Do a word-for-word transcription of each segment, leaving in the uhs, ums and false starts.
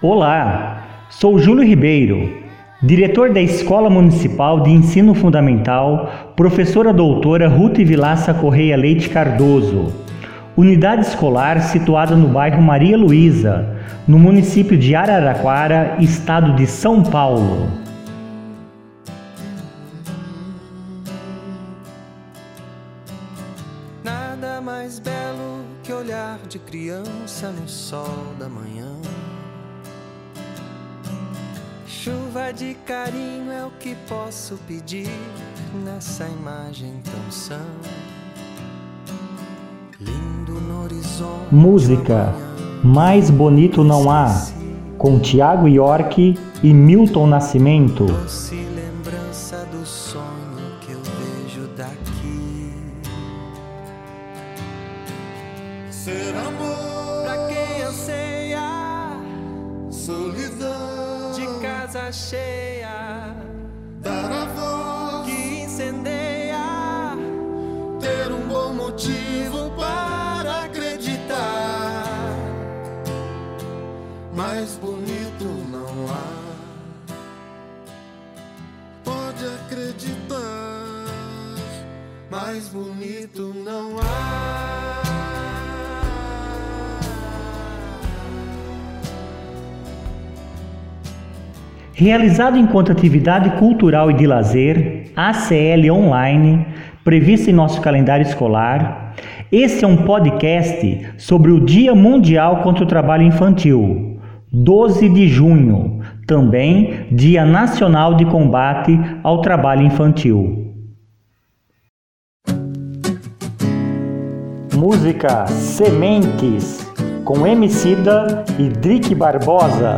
Olá, sou Júlio Ribeiro, diretor da Escola Municipal de Ensino Fundamental, professora doutora Ruth Vilaça Correia Leite Cardoso, unidade escolar situada no bairro Maria Luísa, no município de Araraquara, estado de São Paulo. Nada mais belo que olhar de criança no sol da manhã. Chuva de carinho é o que posso pedir nessa imagem tão sã. Lindo no horizonte. Música Mais Bonito Não Há, com Tiago York e Milton Nascimento. Doce lembrança do sonho que eu vejo daqui. Ser amor Pra quem anseia solidão, de casa cheia, dar a voz, que incendeia, ter um bom motivo para acreditar. Mais bonito não há. Pode acreditar. Mais bonito não há. Realizado enquanto atividade cultural e de lazer, A C L Online, previsto em nosso calendário escolar, esse é um podcast sobre o Dia Mundial contra o Trabalho Infantil, doze de junho, também Dia Nacional de Combate ao Trabalho Infantil. Música Sementes, com Emicida e Drick Barbosa.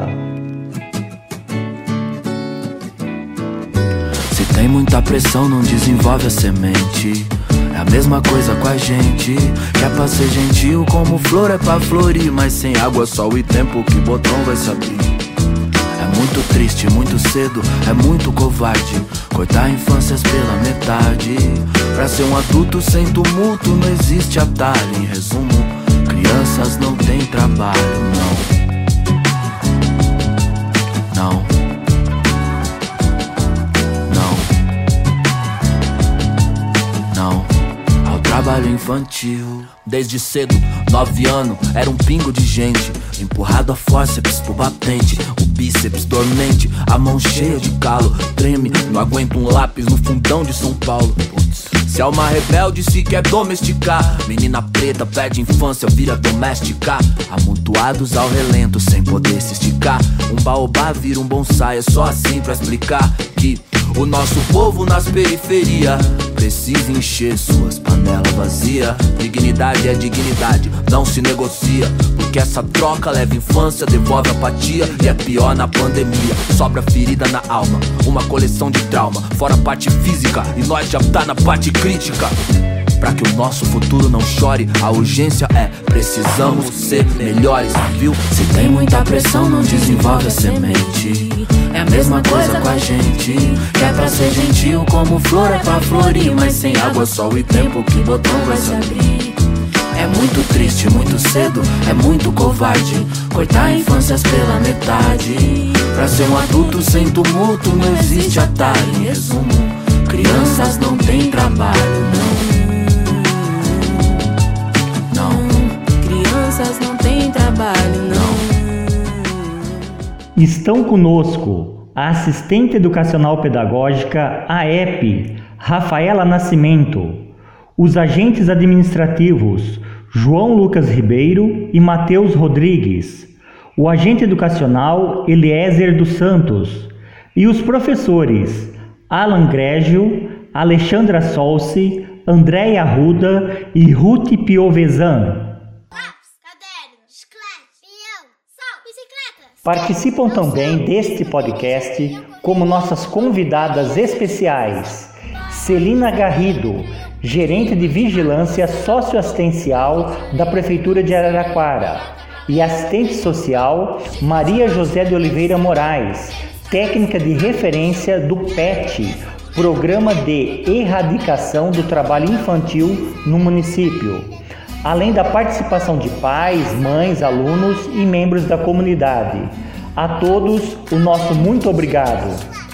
Tem muita pressão, não desenvolve a semente. É a mesma coisa com a gente, que é pra ser gentil como flor é pra florir. Mas sem água, sol e tempo, que botão vai se abrir. É muito triste, muito cedo, é muito covarde cortar infâncias pela metade. Pra ser um adulto sem tumulto não existe atalho. Em resumo, crianças não têm trabalho, não. Não. Trabalho infantil. Desde cedo, nove anos, era um pingo de gente, empurrado a fórceps pro batente, o bíceps dormente, a mão cheia de calo, treme, não aguenta um lápis no fundão de São Paulo. Se é uma rebelde, se quer domesticar, menina preta perde infância, vira doméstica, amontoados ao relento, sem poder se esticar. Um baobá vira um bonsai, é só assim pra explicar que o nosso povo nas periferias precisa encher suas panelas vazias. Dignidade é dignidade, não se negocia, porque essa troca leva infância, devolve apatia. E é pior na pandemia, sobra ferida na alma, uma coleção de trauma, fora a parte física, e nós já tá na parte crítica. Pra que o nosso futuro não chore, a urgência é, precisamos ser melhores, viu? Se tem muita pressão, não desenvolve a semente. É a mesma coisa com a gente, que é pra ser gentil como flor é pra florir. Mas sem água, sol e tempo, que botão vai se abrir. É muito triste, muito cedo, é muito covarde cortar infâncias pela metade. Pra ser um adulto sem tumulto não existe atalho. Em resumo, crianças não têm trabalho, não. Crianças não têm trabalho, não. Estão conosco a assistente educacional pedagógica A E P, Rafaela Nascimento, os agentes administrativos João Lucas Ribeiro e Matheus Rodrigues, o agente educacional Eliezer dos Santos e os professores Alan Grégio, Alexandra Solci, Andréia Arruda e Ruth Piovesan. Participam também deste podcast como nossas convidadas especiais Celina Garrido, gerente de vigilância socioassistencial da Prefeitura de Araraquara, e assistente social Maria José de Oliveira Moraes, técnica de referência do P E T, Programa de Erradicação do Trabalho Infantil no município, além da participação de pais, mães, alunos e membros da comunidade. A todos, o nosso muito obrigado.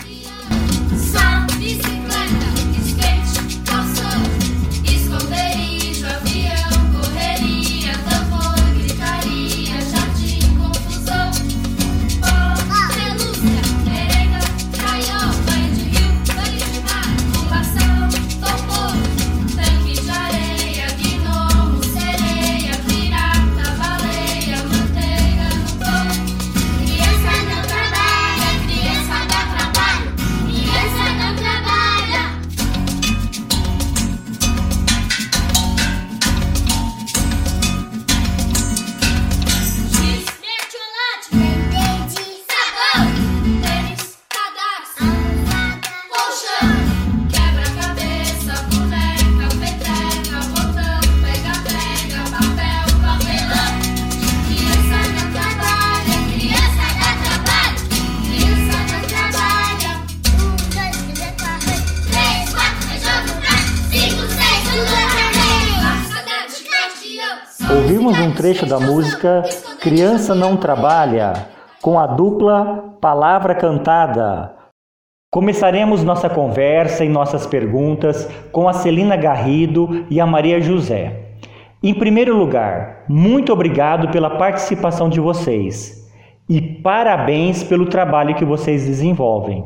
Ouvimos um trecho da música Criança Não Trabalha, com a dupla Palavra Cantada. Começaremos nossa conversa e nossas perguntas com a Celina Garrido e a Maria José. Em primeiro lugar, muito obrigado pela participação de vocês e parabéns pelo trabalho que vocês desenvolvem.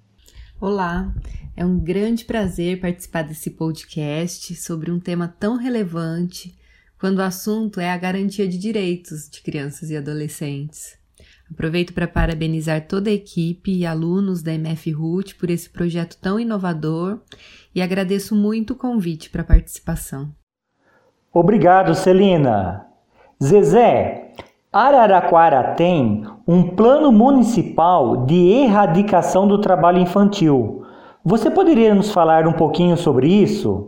Olá, é um grande prazer participar desse podcast sobre um tema tão relevante quando o assunto é a garantia de direitos de crianças e adolescentes. Aproveito para parabenizar toda a equipe e alunos da M F R U T por esse projeto tão inovador e agradeço muito o convite para a participação. Obrigado, Celina. Zezé, Araraquara tem um plano municipal de erradicação do trabalho infantil. Você poderia nos falar um pouquinho sobre isso?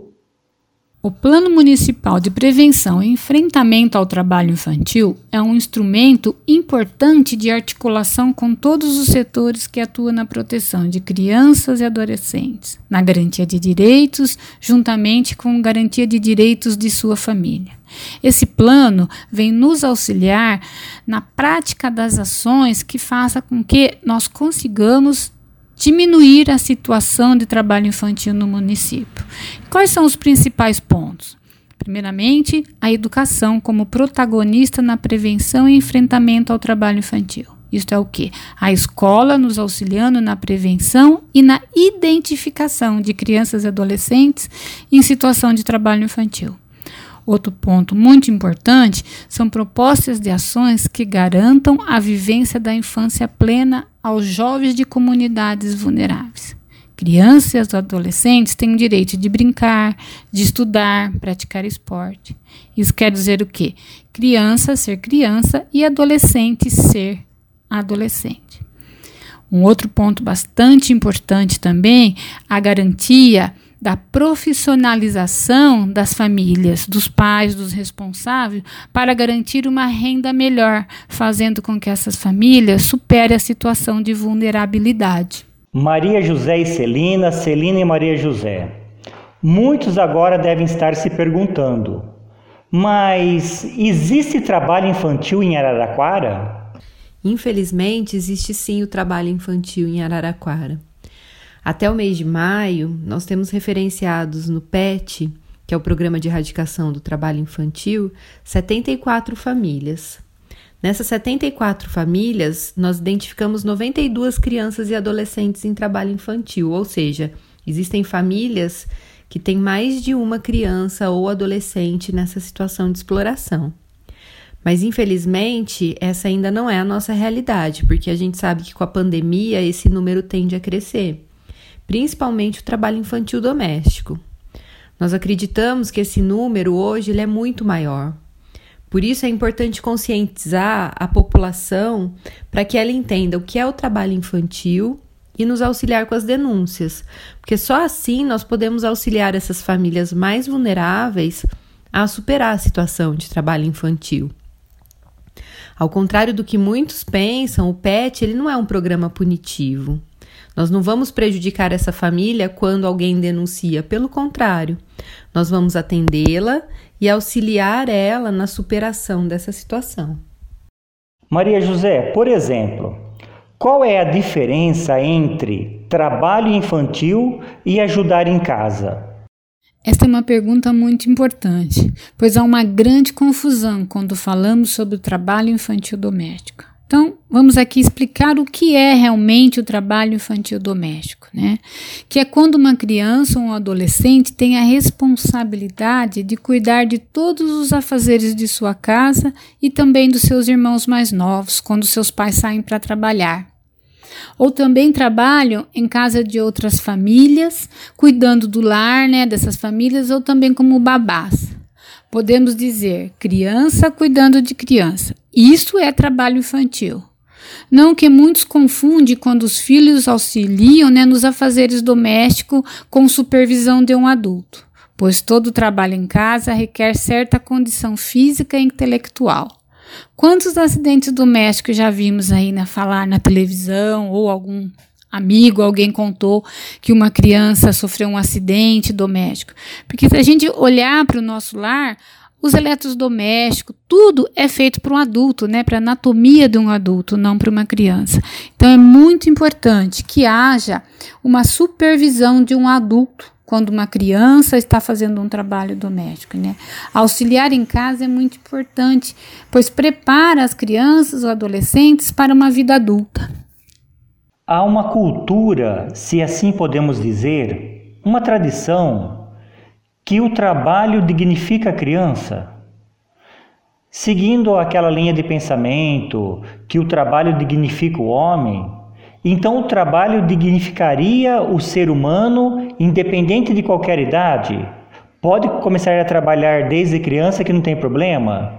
O Plano Municipal de Prevenção e Enfrentamento ao Trabalho Infantil é um instrumento importante de articulação com todos os setores que atuam na proteção de crianças e adolescentes, na garantia de direitos, juntamente com a garantia de direitos de sua família. Esse plano vem nos auxiliar na prática das ações que façam com que nós consigamos diminuir a situação de trabalho infantil no município. Quais são os principais pontos? Primeiramente, a educação como protagonista na prevenção e enfrentamento ao trabalho infantil. Isto é o quê? A escola nos auxiliando na prevenção e na identificação de crianças e adolescentes em situação de trabalho infantil. Outro ponto muito importante são propostas de ações que garantam a vivência da infância plena aos jovens de comunidades vulneráveis. Crianças e adolescentes têm o direito de brincar, de estudar, praticar esporte. Isso quer dizer o quê? Criança ser criança e adolescente ser adolescente. Um outro ponto bastante importante também, a garantia da profissionalização das famílias, dos pais, dos responsáveis, para garantir uma renda melhor, fazendo com que essas famílias superem a situação de vulnerabilidade. Maria José e Celina, Celina e Maria José. Muitos agora devem estar se perguntando, mas existe trabalho infantil em Araraquara? Infelizmente, existe sim o trabalho infantil em Araraquara. Até o mês de maio, nós temos referenciados no P E T, que é o Programa de Erradicação do Trabalho Infantil, setenta e quatro famílias. Nessas setenta e quatro famílias, nós identificamos noventa e duas crianças e adolescentes em trabalho infantil, ou seja, existem famílias que têm mais de uma criança ou adolescente nessa situação de exploração. Mas, infelizmente, essa ainda não é a nossa realidade, porque a gente sabe que com a pandemia esse número tende a crescer, principalmente o trabalho infantil doméstico. Nós acreditamos que esse número hoje ele é muito maior. Por isso é importante conscientizar a população para que ela entenda o que é o trabalho infantil e nos auxiliar com as denúncias, porque só assim nós podemos auxiliar essas famílias mais vulneráveis a superar a situação de trabalho infantil. Ao contrário do que muitos pensam, o P E T ele não é um programa punitivo. Nós não vamos prejudicar essa família quando alguém denuncia, pelo contrário, nós vamos atendê-la e auxiliar ela na superação dessa situação. Maria José, por exemplo, Qual é a diferença entre trabalho infantil e ajudar em casa? Esta é uma pergunta muito importante, pois há uma grande confusão quando falamos sobre o trabalho infantil doméstico. Então, vamos aqui explicar o que é realmente o trabalho infantil doméstico, né? Que é quando uma criança ou um adolescente tem a responsabilidade de cuidar de todos os afazeres de sua casa e também dos seus irmãos mais novos, quando seus pais saem para trabalhar. Ou também trabalham em casa de outras famílias, cuidando do lar, né, dessas famílias, ou também como babás. Podemos dizer criança cuidando de criança. Isso é trabalho infantil. Não que muitos confundem quando os filhos auxiliam, né, nos afazeres domésticos com supervisão de um adulto, pois todo trabalho em casa requer certa condição física e intelectual. Quantos acidentes domésticos já vimos aí, né, falar na televisão, ou algum amigo, alguém contou que uma criança sofreu um acidente doméstico? Porque se a gente olhar para o nosso lar, os eletrodomésticos, tudo é feito para um adulto, né, para a anatomia de um adulto, não para uma criança. Então é muito importante que haja uma supervisão de um adulto quando uma criança está fazendo um trabalho doméstico, né? Auxiliar em casa é muito importante, pois prepara as crianças ou adolescentes para uma vida adulta. Há uma cultura, se assim podemos dizer, uma tradição, que o trabalho dignifica a criança. Seguindo aquela linha de pensamento que o trabalho dignifica o homem, então o trabalho dignificaria o ser humano independente de qualquer idade? Pode começar a trabalhar desde criança que não tem problema?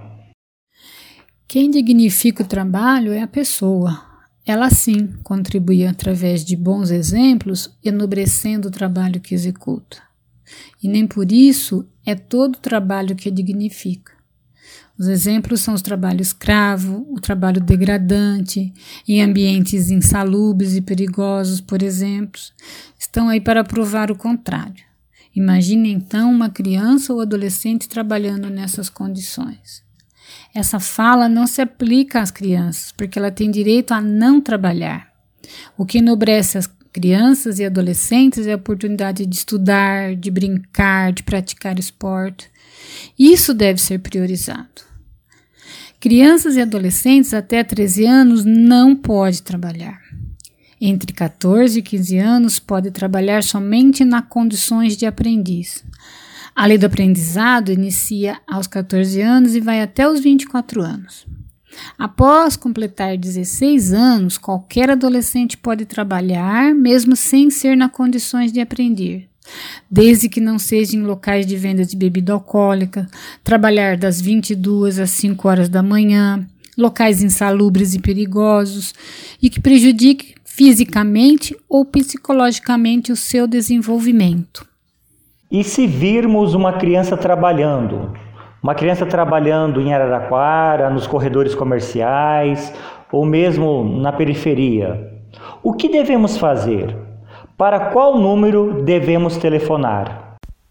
Quem dignifica o trabalho é a pessoa. Ela sim contribui através de bons exemplos, enobrecendo o trabalho que executa. E nem por isso é todo o trabalho que dignifica. Os exemplos são os trabalhos escravo, o trabalho degradante, em ambientes insalubres e perigosos, por exemplo, estão aí para provar o contrário. Imagine então uma criança ou adolescente trabalhando nessas condições. Essa fala não se aplica às crianças, porque ela tem direito a não trabalhar. O que enobrece as crianças e adolescentes é a oportunidade de estudar, de brincar, de praticar esporte. Isso deve ser priorizado. Crianças e adolescentes até treze anos não podem trabalhar. Entre catorze e quinze anos pode trabalhar somente nas condições de aprendiz. A lei do aprendizado inicia aos catorze anos e vai até os vinte e quatro anos. Após completar dezesseis anos, qualquer adolescente pode trabalhar, mesmo sem ser nas condições de aprender, desde que não seja em locais de venda de bebida alcoólica, trabalhar das vinte e duas às cinco horas da manhã, locais insalubres e perigosos, e que prejudique fisicamente ou psicologicamente o seu desenvolvimento. E se virmos uma criança trabalhando? Uma criança trabalhando em Araraquara, nos corredores comerciais, ou mesmo na periferia. O que devemos fazer? Para qual número devemos telefonar?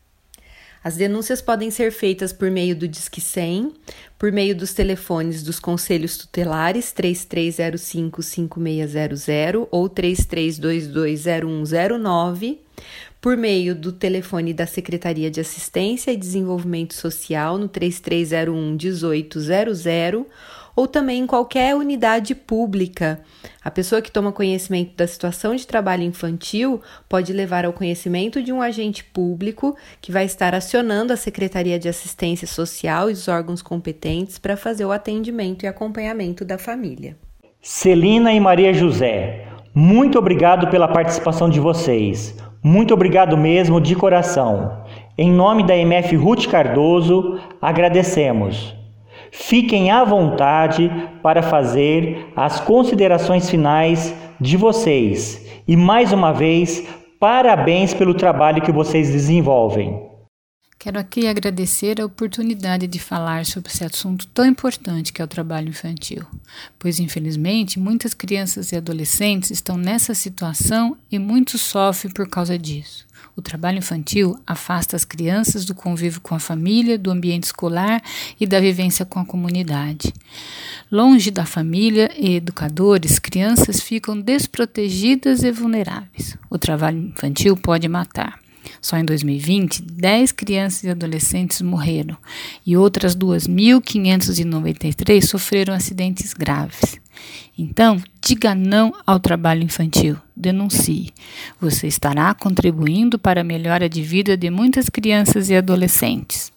As denúncias podem ser feitas por meio do Disque cem, por meio dos telefones dos Conselhos Tutelares três três zero cinco, cinco seis zero zero ou três três dois dois, zero um zero nove, por meio do telefone da Secretaria de Assistência e Desenvolvimento Social no três três zero um, um oito zero zero, ou também em qualquer unidade pública. A pessoa que toma conhecimento da situação de trabalho infantil pode levar ao conhecimento de um agente público que vai estar acionando a Secretaria de Assistência Social e os órgãos competentes para fazer o atendimento e acompanhamento da família. Celina e Maria José, muito obrigado pela participação de vocês. Muito obrigado mesmo, de coração. Em nome da M F Ruth Cardoso, agradecemos. Fiquem à vontade para fazer as considerações finais de vocês. E mais uma vez, parabéns pelo trabalho que vocês desenvolvem. Quero aqui agradecer a oportunidade de falar sobre esse assunto tão importante que é o trabalho infantil, pois infelizmente muitas crianças e adolescentes estão nessa situação e muitos sofrem por causa disso. O trabalho infantil afasta as crianças do convívio com a família, do ambiente escolar e da vivência com a comunidade. Longe da família e educadores, crianças ficam desprotegidas e vulneráveis. O trabalho infantil pode matar. Só em dois mil e vinte, dez crianças e adolescentes morreram e outras duas mil quinhentas e noventa e três sofreram acidentes graves. Então, diga não ao trabalho infantil, denuncie. Você estará contribuindo para a melhora de vida de muitas crianças e adolescentes.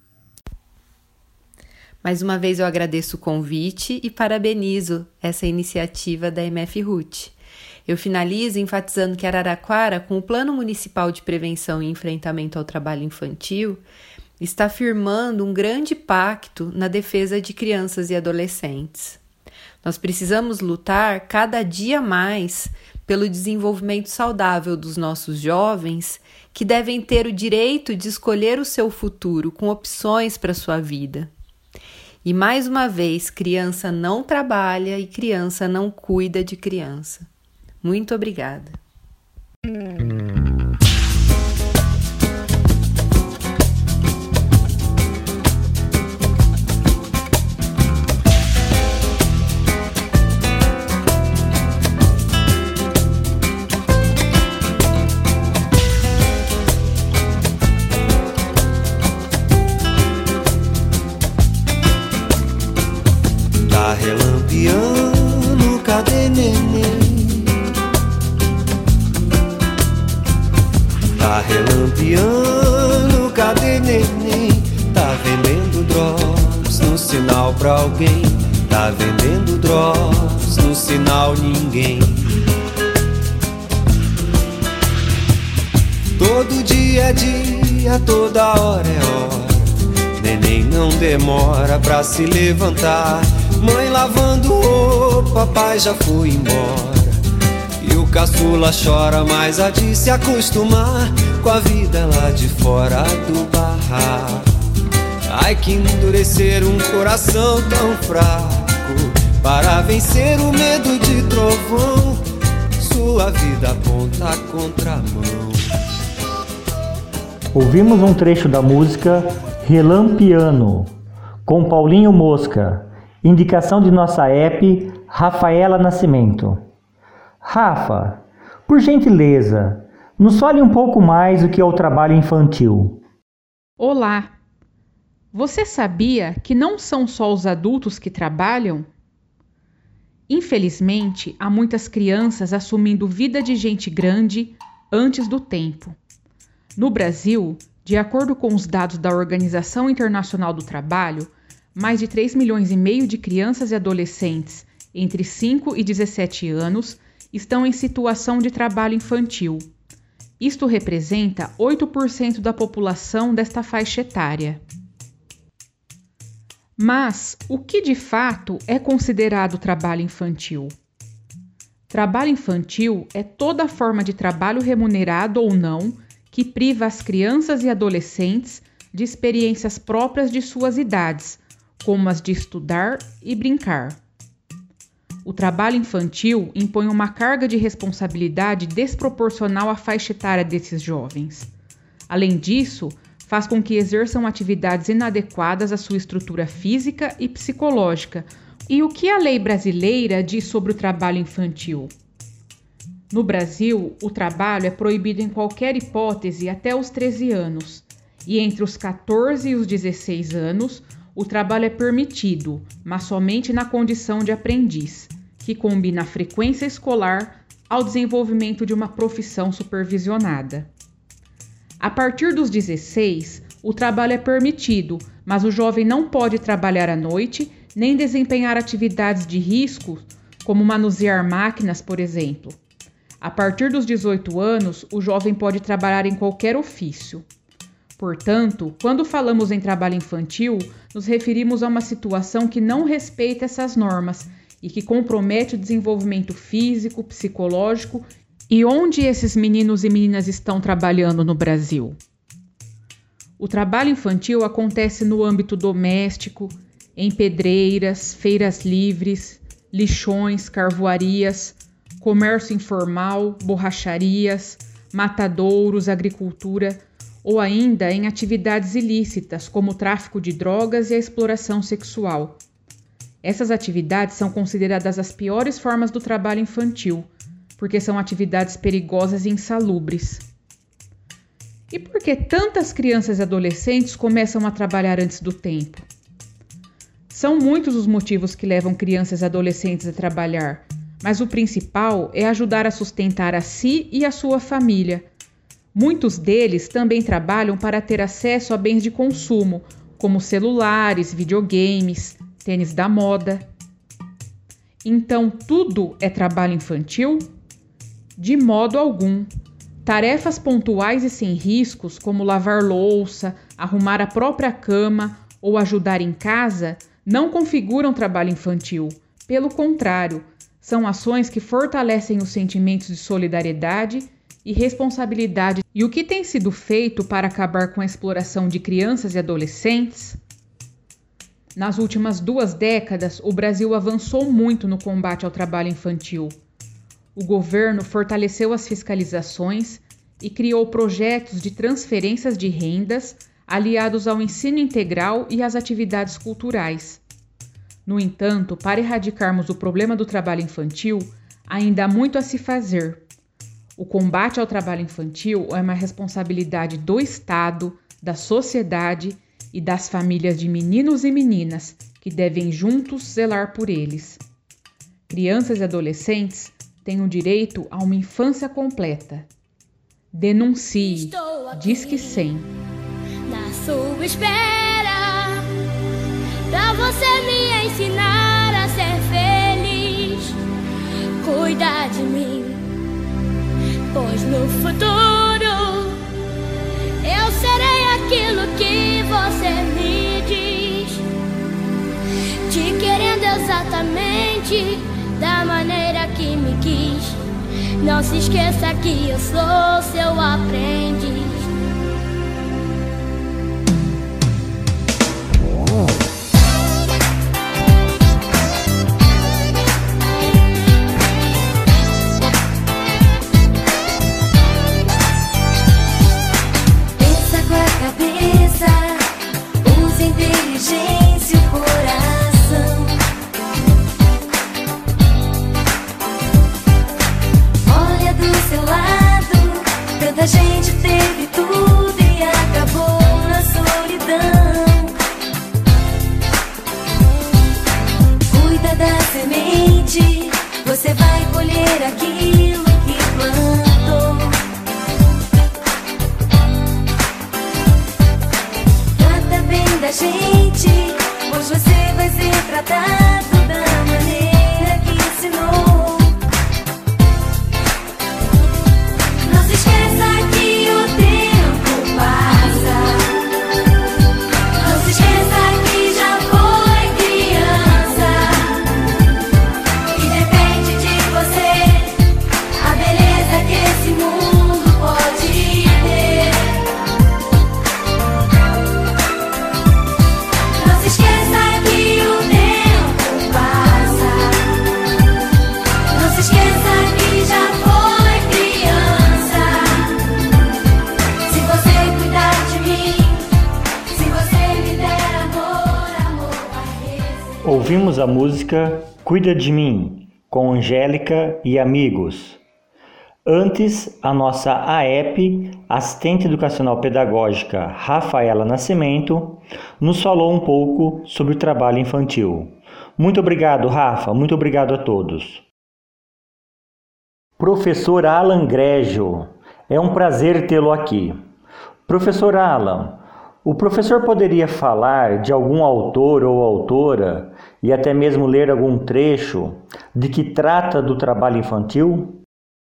Mais uma vez eu agradeço o convite e parabenizo essa iniciativa da M F R U T. Eu finalizo enfatizando que Araraquara, com o Plano Municipal de Prevenção e Enfrentamento ao Trabalho Infantil, está firmando um grande pacto na defesa de crianças e adolescentes. Nós precisamos lutar cada dia mais pelo desenvolvimento saudável dos nossos jovens, que devem ter o direito de escolher o seu futuro com opções para a sua vida. E mais uma vez, criança não trabalha e criança não cuida de criança. Muito obrigada. Tá relampeando, cadê neném? Tá relampeando, cadê neném? Tá vendendo drops no sinal pra alguém. Tá vendendo drops no sinal ninguém. Todo dia é dia, toda hora é hora. Neném não demora pra se levantar. Mãe lavando roupa, pai já foi embora. E o caçula chora, mas há de se acostumar com a vida lá de fora do barraco. Ai, que endurecer um coração tão fraco para vencer o medo de trovão. Sua vida aponta a contramão. Ouvimos um trecho da música Relampiano, com Paulinho Mosca, indicação de nossa app Rafaela Nascimento. Rafa, por gentileza, nos fale um pouco mais o que é o trabalho infantil. Olá! Você sabia que não são só os adultos que trabalham? Infelizmente, há muitas crianças assumindo vida de gente grande antes do tempo. No Brasil, de acordo com os dados da Organização Internacional do Trabalho, mais de três milhões e meio de crianças e adolescentes entre cinco e dezessete anos estão em situação de trabalho infantil. Isto representa oito por cento da população desta faixa etária. Mas o que de fato é considerado trabalho infantil? Trabalho infantil é toda forma de trabalho remunerado ou não que priva as crianças e adolescentes de experiências próprias de suas idades, como as de estudar e brincar. O trabalho infantil impõe uma carga de responsabilidade desproporcional à faixa etária desses jovens. Além disso, faz com que exerçam atividades inadequadas à sua estrutura física e psicológica. E o que a lei brasileira diz sobre o trabalho infantil? No Brasil, o trabalho é proibido em qualquer hipótese até os treze anos, e entre os catorze e os dezesseis anos, o trabalho é permitido, mas somente na condição de aprendiz, que combina a frequência escolar ao desenvolvimento de uma profissão supervisionada. A partir dos dezesseis, o trabalho é permitido, mas o jovem não pode trabalhar à noite nem desempenhar atividades de risco, como manusear máquinas, por exemplo. A partir dos dezoito anos, o jovem pode trabalhar em qualquer ofício. Portanto, quando falamos em trabalho infantil, nos referimos a uma situação que não respeita essas normas e que compromete o desenvolvimento físico, psicológico. E onde esses meninos e meninas estão trabalhando no Brasil? O trabalho infantil acontece no âmbito doméstico, em pedreiras, feiras livres, lixões, carvoarias, comércio informal, borracharias, matadouros, agricultura ou ainda em atividades ilícitas, como o tráfico de drogas e a exploração sexual. Essas atividades são consideradas as piores formas do trabalho infantil, porque são atividades perigosas e insalubres. E por que tantas crianças e adolescentes começam a trabalhar antes do tempo? São muitos os motivos que levam crianças e adolescentes a trabalhar, mas o principal é ajudar a sustentar a si e a sua família. Muitos deles também trabalham para ter acesso a bens de consumo, como celulares, videogames, tênis da moda. Então, tudo é trabalho infantil? De modo algum. Tarefas pontuais e sem riscos, como lavar louça, arrumar a própria cama ou ajudar em casa, não configuram trabalho infantil. Pelo contrário, são ações que fortalecem os sentimentos de solidariedade e responsabilidade. E o que tem sido feito para acabar com a exploração de crianças e adolescentes? Nas últimas duas décadas, o Brasil avançou muito no combate ao trabalho infantil. O governo fortaleceu as fiscalizações e criou projetos de transferências de rendas aliados ao ensino integral e às atividades culturais. No entanto, para erradicarmos o problema do trabalho infantil, ainda há muito a se fazer. O combate ao trabalho infantil é uma responsabilidade do Estado, da sociedade e das famílias de meninos e meninas, que devem juntos zelar por eles. Crianças e adolescentes têm o direito a uma infância completa. Denuncie. Disque cem. Na sua espera, pra você me ensinar a ser feliz. Cuida de mim, pois no futuro eu serei aquilo que você me diz. Te querendo exatamente da maneira que me quis. Não se esqueça que eu sou seu aprendiz. Pensa com a cabeça, use a inteligência e o coração. Olha do seu lado, tanta gente teve tudo e acabou na solidão. Cuida da semente, você vai colher aquilo que plantou. Trata bem da gente, pois você vai ser tratado da maneira que ensinou. Não se esqueça que o tempo passa. Não se esqueça que já foi criança. E depende de você a beleza que esse mundo pode ter. Não se esqueça que o tempo passa. Não se esqueça que já foi criança. Se você cuidar de mim, se você me der amor, amor vai receber. Ouvimos a música Cuida de Mim, com Angélica e amigos. Antes, a nossa A E P, assistente educacional pedagógica Rafaela Nascimento, nos falou um pouco sobre o trabalho infantil. Muito obrigado, Rafa. Muito obrigado a todos. Professor Alan Grégio, é um prazer tê-lo aqui. Professor Alan, o professor poderia falar de algum autor ou autora e até mesmo ler algum trecho de que trata do trabalho infantil?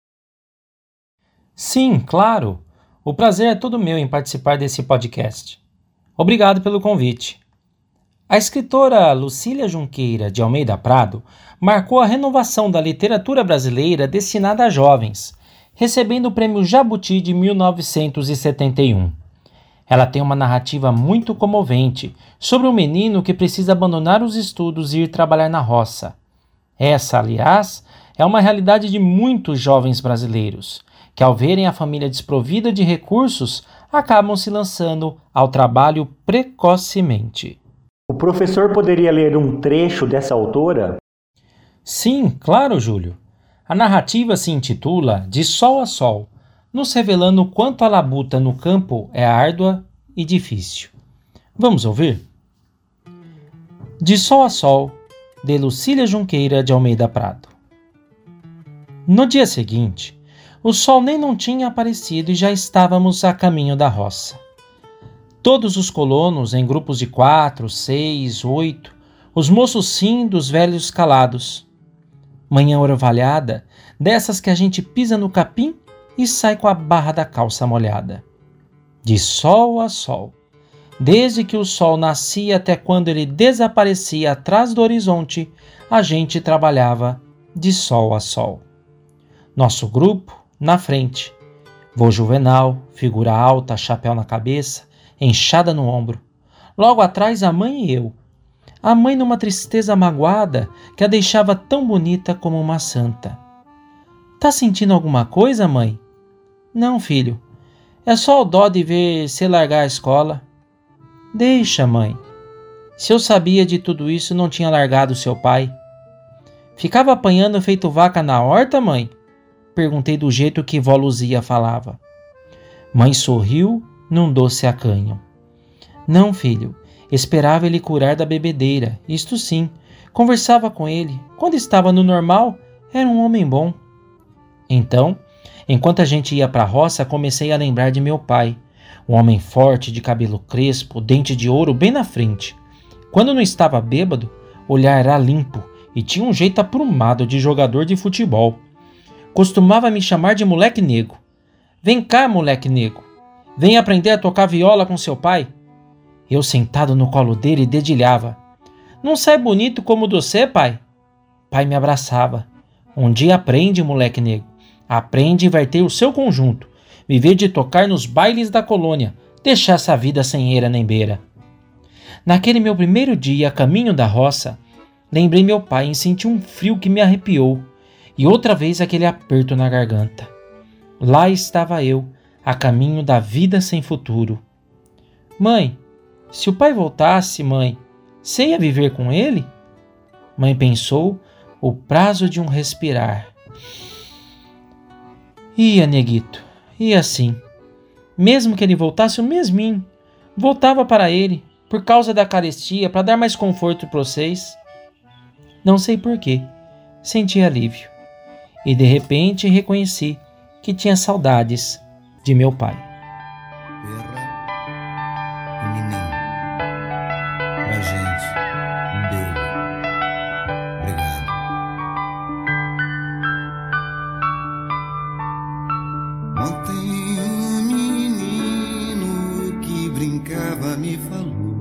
Sim, claro. O prazer é todo meu em participar desse podcast. Obrigado pelo convite. A escritora Lucília Junqueira de Almeida Prado marcou a renovação da literatura brasileira destinada a jovens, recebendo o Prêmio Jabuti de mil novecentos e setenta e um. Ela tem uma narrativa muito comovente sobre um menino que precisa abandonar os estudos e ir trabalhar na roça. Essa, aliás, é uma realidade de muitos jovens brasileiros, que ao verem a família desprovida de recursos, acabam se lançando ao trabalho precocemente. O professor poderia ler um trecho dessa autora? Sim, claro, Júlio. A narrativa se intitula De Sol a Sol, nos revelando o quanto a labuta no campo é árdua e difícil. Vamos ouvir? De Sol a Sol, de Lucília Junqueira de Almeida Prado. No dia seguinte, o sol nem não tinha aparecido e já estávamos a caminho da roça. Todos os colonos, em grupos de quatro, seis, oito, os moços sim, dos velhos calados. Manhã orvalhada, dessas que a gente pisa no capim e sai com a barra da calça molhada. De sol a sol, desde que o sol nascia até quando ele desaparecia atrás do horizonte, a gente trabalhava de sol a sol. Nosso grupo, na frente, vô Juvenal, figura alta, chapéu na cabeça, enxada no ombro. Logo atrás a mãe e eu. A mãe numa tristeza magoada que a deixava tão bonita como uma santa. Tá sentindo alguma coisa, mãe? Não, filho. É só o dó de ver você largar a escola. Deixa, mãe. Se eu sabia de tudo isso, não tinha largado seu pai. Ficava apanhando feito vaca na horta, mãe? Perguntei do jeito que vó Luzia falava. Mãe sorriu num doce acanho. Não, filho. Esperava ele curar da bebedeira, isto sim. Conversava com ele. Quando estava no normal, era um homem bom. Então, enquanto a gente ia para a roça, comecei a lembrar de meu pai. Um homem forte, de cabelo crespo, dente de ouro bem na frente. Quando não estava bêbado, o olhar era limpo e tinha um jeito aprumado de jogador de futebol. Costumava me chamar de moleque negro. Vem cá, moleque negro. Vem aprender a tocar viola com seu pai. Eu sentado no colo dele dedilhava. Não sai bonito como você, pai? Pai me abraçava. Um dia aprende, moleque negro. Aprende e vai ter o seu conjunto. Viver de tocar nos bailes da colônia. Deixar essa vida sem eira nem beira. Naquele meu primeiro dia, a caminho da roça, lembrei meu pai e senti um frio que me arrepiou. E outra vez aquele aperto na garganta. Lá estava eu, a caminho da vida sem futuro. Mãe, se o pai voltasse, mãe, você ia viver com ele? Mãe pensou o prazo de um respirar. Ia, neguito, ia sim. Mesmo que ele voltasse o mesminho, voltava para ele, por causa da carestia, para dar mais conforto para vocês. Não sei porquê, senti alívio. E de repente reconheci que tinha saudades de meu pai. Pra gente, um beijo. Obrigado. Ontem um menino que brincava me falou.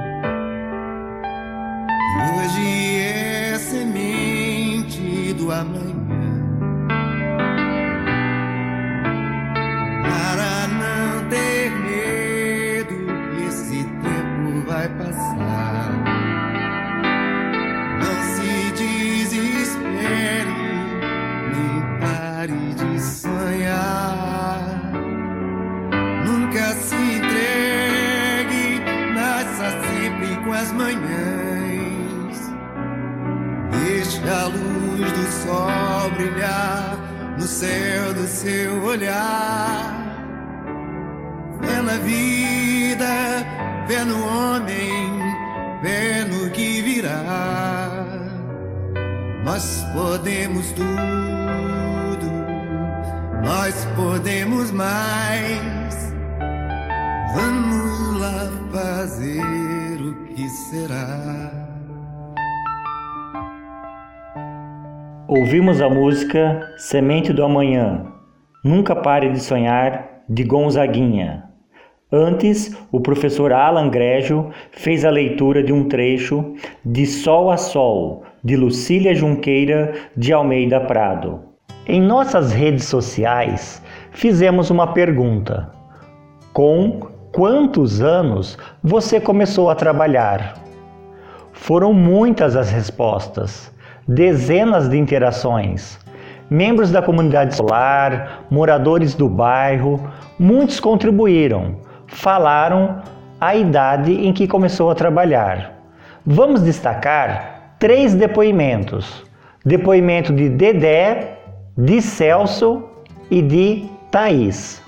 Hoje é semente do amanhã. Para não ter medo que esse tempo vai passar. Não se desespere, nem pare de sonhar. Nunca se entregue, nasça sempre com as manhãs. Deixe a luz do sol brilhar no céu do seu olhar. Fé na vida, fé no homem, fé no que virá. Nós podemos tudo, nós podemos mais. Vamos lá fazer o que será. Ouvimos a música Semente do Amanhã, Nunca Pare de Sonhar, de Gonzaguinha. Antes, o professor Alan Grejo fez a leitura de um trecho de Sol a Sol, de Lucília Junqueira de Almeida Prado. Em nossas redes sociais, fizemos uma pergunta. Com quantos anos você começou a trabalhar? Foram muitas as respostas, dezenas de interações. membros da comunidade escolar, moradores do bairro, muitos contribuíram, falaram a idade em que começou a trabalhar. Vamos destacar três depoimentos. Depoimento de Dedé, de Celso e de Thaís.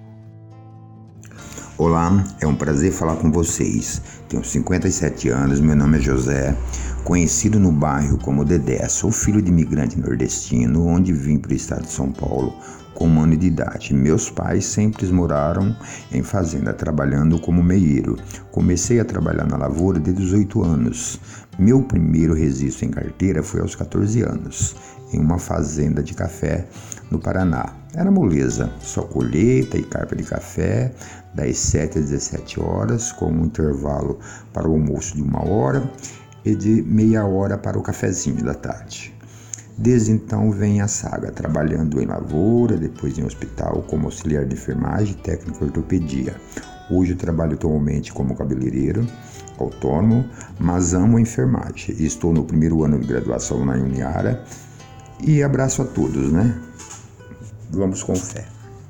Olá, é um prazer falar com vocês. Tenho cinquenta e sete anos, meu nome é José, conhecido no bairro como Dedé. Sou filho de imigrante nordestino, onde vim para o estado de São Paulo com um ano de idade. Meus pais sempre moraram em fazenda, trabalhando como meieiro. Comecei a trabalhar na lavoura desde os oito anos. Meu primeiro registro em carteira foi aos catorze anos, em uma fazenda de café no Paraná. Era moleza, só colheita e carpa de café, das sete às dezessete horas, com um intervalo para o almoço de uma hora e de meia hora para o cafezinho da tarde. Desde então vem a saga, trabalhando em lavoura, depois em hospital como auxiliar de enfermagem e técnico de ortopedia. Hoje eu trabalho atualmente como cabeleireiro autônomo, mas amo a enfermagem. Estou no primeiro ano de graduação na Uniara e abraço a todos, né? Vamos com fé.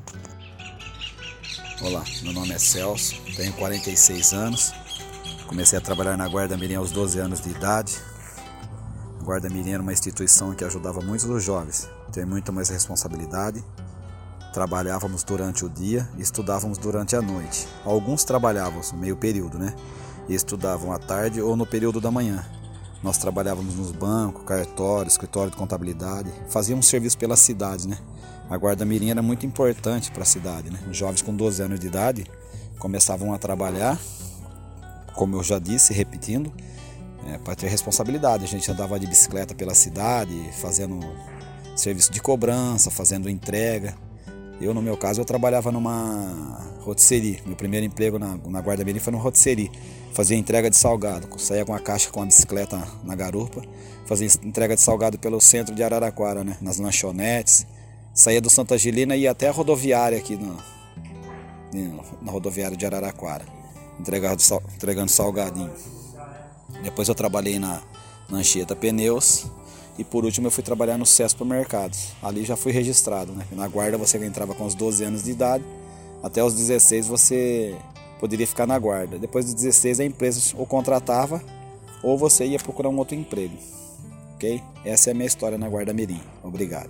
Olá, meu nome é Celso, tenho quarenta e seis anos, comecei a trabalhar na Guarda Mirim aos doze anos de idade. A Guarda Mirim era uma instituição que ajudava muitos dos jovens, tem muito mais responsabilidade. Trabalhávamos durante o dia e estudávamos durante a noite. Alguns trabalhavam no meio período, né? E estudavam à tarde ou no período da manhã. Nós trabalhávamos nos bancos, cartório, escritório de contabilidade, fazíamos serviço pela cidade, né? A Guarda Mirim era muito importante para a cidade, né? Os jovens com doze anos de idade começavam a trabalhar, como eu já disse, repetindo, é, para ter responsabilidade. A gente andava de bicicleta pela cidade, fazendo serviço de cobrança, fazendo entrega. Eu, no meu caso, eu trabalhava numa rotisserie. Meu primeiro emprego na, na Guarda Mirim foi numa rotisserie. Fazia entrega de salgado, saía com a caixa com a bicicleta na, na garupa, fazia entrega de salgado pelo centro de Araraquara, né? Nas lanchonetes. Saía do Santa Angelina e ia até a rodoviária aqui no, na rodoviária de Araraquara, entregando, entregando salgadinho. Depois eu trabalhei na, na Anchieta Pneus e por último eu fui trabalhar no C E S Supermercados. Ali já fui registrado, né? Na guarda você entrava com os doze anos de idade, até os dezesseis você poderia ficar na guarda. Depois dos dezesseis a empresa o contratava ou você ia procurar um outro emprego. Ok? Essa é a minha história na Guarda Mirim. Obrigado.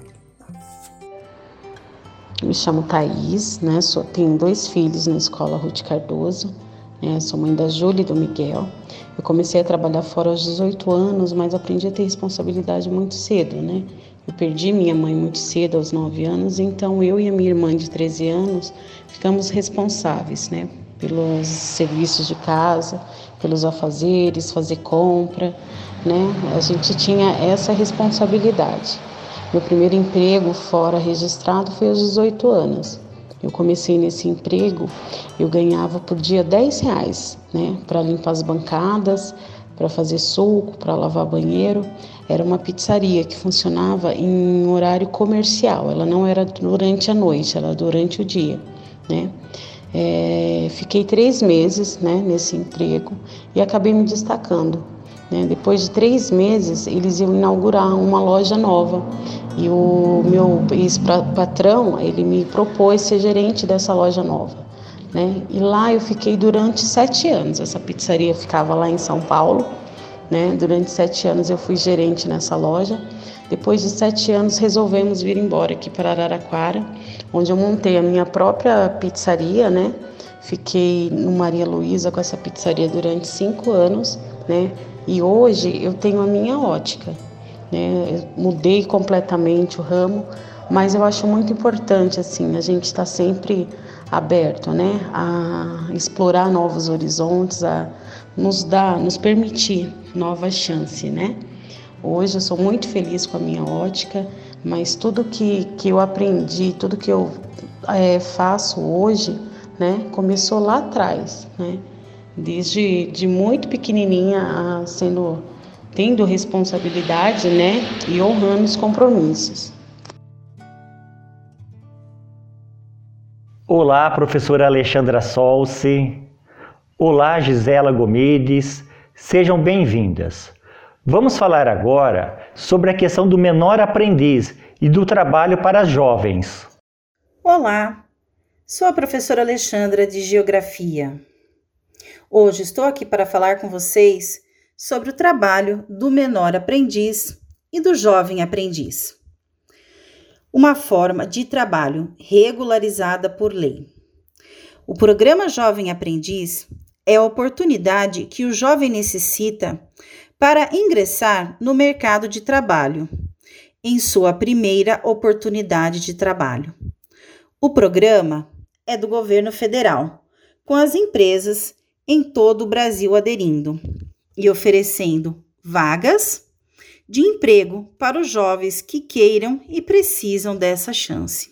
Me chamo Thaís, né? Sou, tenho dois filhos na escola Ruth Cardoso, né? Sou mãe da Júlia e do Miguel. Eu comecei a trabalhar fora aos dezoito anos, mas aprendi a ter responsabilidade muito cedo, né? Eu perdi minha mãe muito cedo, aos nove anos, então eu e a minha irmã de treze anos ficamos responsáveis, né? Pelos serviços de casa, pelos afazeres, fazer compra, né? A gente tinha essa responsabilidade. Meu primeiro emprego fora registrado foi aos dezoito anos. Eu comecei nesse emprego, eu ganhava por dia dez reais, né? Para limpar as bancadas, para fazer suco, para lavar banheiro. Era uma pizzaria que funcionava em horário comercial, ela não era durante a noite, ela era durante o dia, né? É, fiquei três meses, né, nesse emprego e acabei me destacando. Né? Depois de três meses, eles iam inaugurar uma loja nova e o meu ex-patrão, ele me propôs ser gerente dessa loja nova. Né? E lá eu fiquei durante sete anos, essa pizzaria ficava lá em São Paulo. Né? Durante sete anos eu fui gerente nessa loja. Depois de sete anos resolvemos vir embora aqui para Araraquara, onde eu montei a minha própria pizzaria, né? Fiquei no Maria Luísa com essa pizzaria durante cinco anos, né? E hoje eu tenho a minha ótica, né? Eu mudei completamente o ramo, mas eu acho muito importante, assim, a gente está sempre aberto, né? A explorar novos horizontes, a nos dar, nos permitir novas chances, né? Hoje eu sou muito feliz com a minha ótica, mas tudo que, que eu aprendi, tudo que eu é, faço hoje, né, começou lá atrás, né? Desde de muito pequenininha, a, sendo, tendo responsabilidade, né, e honrando os compromissos. Olá, professora Alexandra Solce. Olá, Gisela Gomedes. Sejam bem-vindas. Vamos falar agora sobre a questão do menor aprendiz e do trabalho para jovens. Olá, sou a professora Alexandra de Geografia. Hoje estou aqui para falar com vocês sobre o trabalho do menor aprendiz e do jovem aprendiz. Uma forma de trabalho regularizada por lei. O programa Jovem Aprendiz é a oportunidade que o jovem necessita para ingressar no mercado de trabalho, em sua primeira oportunidade de trabalho. O programa é do governo federal, com as empresas em todo o Brasil aderindo e oferecendo vagas de emprego para os jovens que queiram e precisam dessa chance.